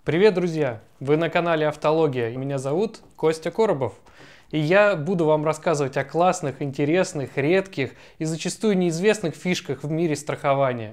Привет, друзья! Вы на канале Автология, и меня зовут Костя Коробов. И я буду вам рассказывать о классных, интересных, редких и зачастую неизвестных фишках в мире страхования.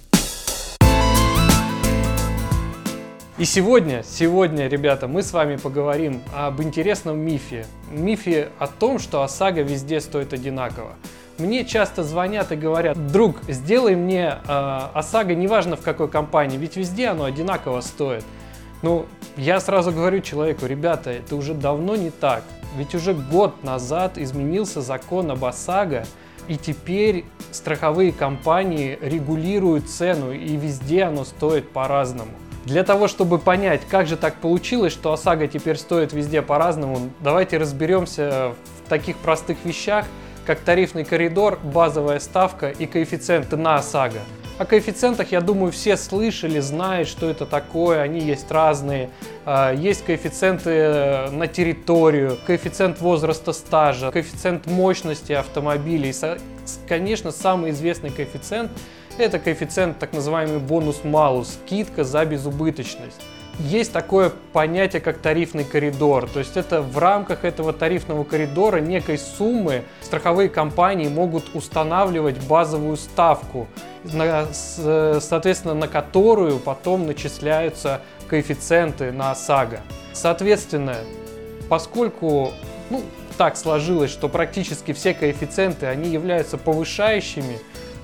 И сегодня, ребята, мы с вами поговорим об интересном мифе. Мифе о том, что ОСАГО везде стоит одинаково. Мне часто звонят и говорят: друг, сделай мне ОСАГО, неважно в какой компании, ведь везде оно одинаково стоит. Ну, я сразу говорю человеку: ребята, это уже давно не так. Ведь уже год назад изменился закон об ОСАГО, и теперь страховые компании регулируют цену, и везде оно стоит по-разному. Для того, чтобы понять, как же так получилось, что ОСАГО теперь стоит везде по-разному, давайте разберемся в таких простых вещах, как тарифный коридор, базовая ставка и коэффициенты на ОСАГО. О коэффициентах, я думаю, все слышали, знают, что это такое, они есть разные. Есть коэффициенты на территорию, коэффициент возраста стажа, коэффициент мощности автомобилей. Конечно, самый известный коэффициент – это коэффициент так называемый бонус-малус, скидка за безубыточность. Есть такое понятие, как тарифный коридор, то есть это в рамках этого тарифного коридора некой суммы страховые компании могут устанавливать базовую ставку, соответственно, на которую потом начисляются коэффициенты на ОСАГО. Соответственно, поскольку так сложилось, что практически все коэффициенты они являются повышающими,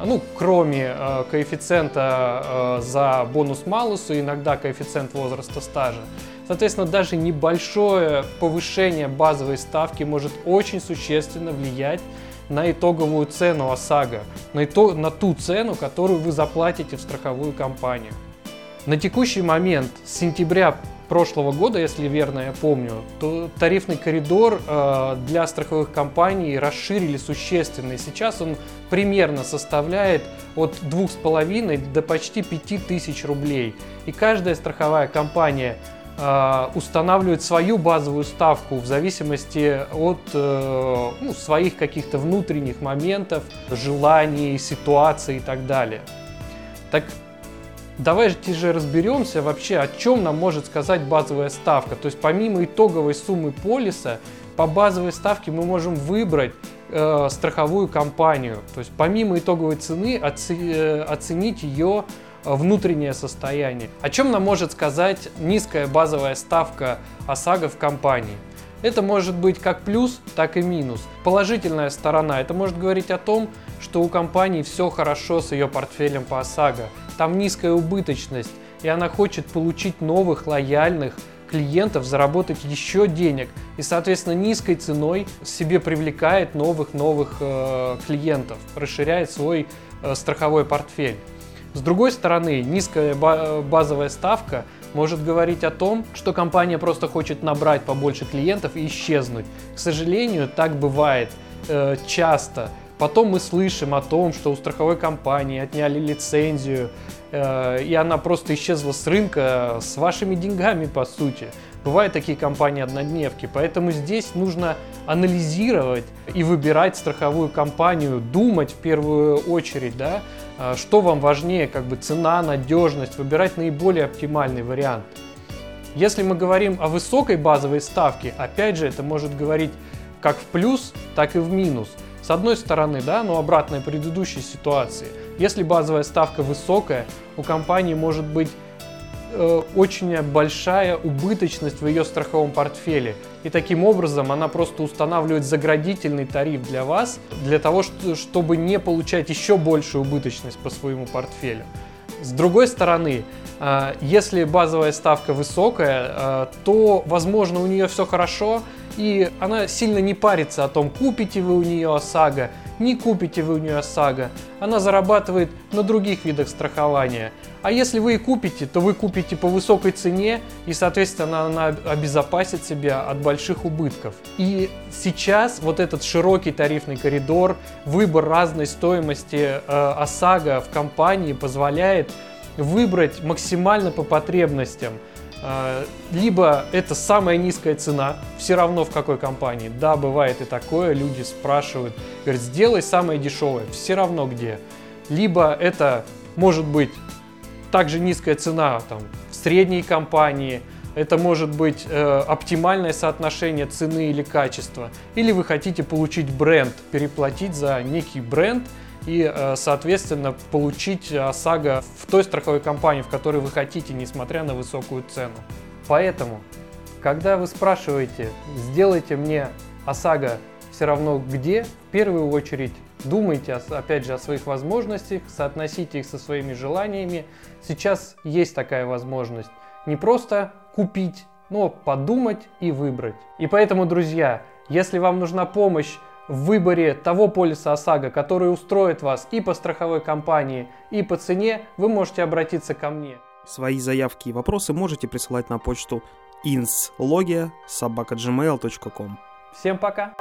кроме коэффициента за бонус-малус и иногда коэффициент возраста стажа. Соответственно, даже небольшое повышение базовой ставки может очень существенно влиять на итоговую цену ОСАГО, на ту цену, которую вы заплатите в страховую компанию. На текущий момент, с сентября прошлого года, если верно я помню, то тарифный коридор для страховых компаний расширили существенно. И сейчас он примерно составляет от 2,5 до почти 5000 рублей. И каждая страховая компания устанавливает свою базовую ставку в зависимости от своих каких-то внутренних моментов, желаний, ситуаций и так далее. Так давайте же разберемся вообще, о чем нам может сказать базовая ставка. То есть помимо итоговой суммы полиса, по базовой ставке мы можем выбрать страховую компанию. То есть помимо итоговой цены оценить ее внутреннее состояние. О чем нам может сказать низкая базовая ставка ОСАГО в компании? Это может быть как плюс, так и минус. Положительная сторона – это может говорить о том, что у компании все хорошо с ее портфелем по ОСАГО. Там низкая убыточность, и она хочет получить новых лояльных клиентов, заработать еще денег. И, соответственно, низкой ценой себе привлекает новых клиентов, расширяет свой страховой портфель. С другой стороны, низкая базовая ставка может говорить о том, что компания просто хочет набрать побольше клиентов и исчезнуть. К сожалению, так бывает часто. Потом мы слышим о том, что у страховой компании отняли лицензию, и она просто исчезла с рынка с вашими деньгами, по сути. Бывают такие компании-однодневки, поэтому здесь нужно анализировать и выбирать страховую компанию, думать в первую очередь, что вам важнее, цена, надежность, выбирать наиболее оптимальный вариант. Если мы говорим о высокой базовой ставке, опять же, это может говорить как в плюс, так и в минус. С одной стороны, обратная предыдущей ситуации. Если базовая ставка высокая, у компании может быть очень большая убыточность в ее страховом портфеле. И таким образом она просто устанавливает заградительный тариф для вас, для того, чтобы не получать еще большую убыточность по своему портфелю. С другой стороны, если базовая ставка высокая, то, возможно, у нее все хорошо, и она сильно не парится о том, купите вы у нее ОСАГО, не купите вы у нее ОСАГО. Она зарабатывает на других видах страхования. А если вы и купите, то вы купите по высокой цене, и, соответственно, она обезопасит себя от больших убытков. И сейчас вот этот широкий тарифный коридор, выбор разной стоимости ОСАГО в компании позволяет выбрать максимально по потребностям. Либо это самая низкая цена, все равно в какой компании. Да, бывает и такое, люди спрашивают, говорят, сделай самое дешевое, все равно где. Либо это может быть также низкая цена в средней компании, это может быть оптимальное соотношение цены или качества, или вы хотите получить бренд, переплатить за некий бренд и, соответственно, получить ОСАГО в той страховой компании, в которой вы хотите, несмотря на высокую цену. Поэтому, когда вы спрашиваете, сделайте мне ОСАГО все равно где, в первую очередь думайте, опять же, о своих возможностях, соотносите их со своими желаниями. Сейчас есть такая возможность. Не просто купить, но подумать и выбрать. И поэтому, друзья, если вам нужна помощь в выборе того полиса ОСАГО, который устроит вас и по страховой компании, и по цене, вы можете обратиться ко мне. Свои заявки и вопросы можете присылать на почту inslogia@gmail.com. Всем пока!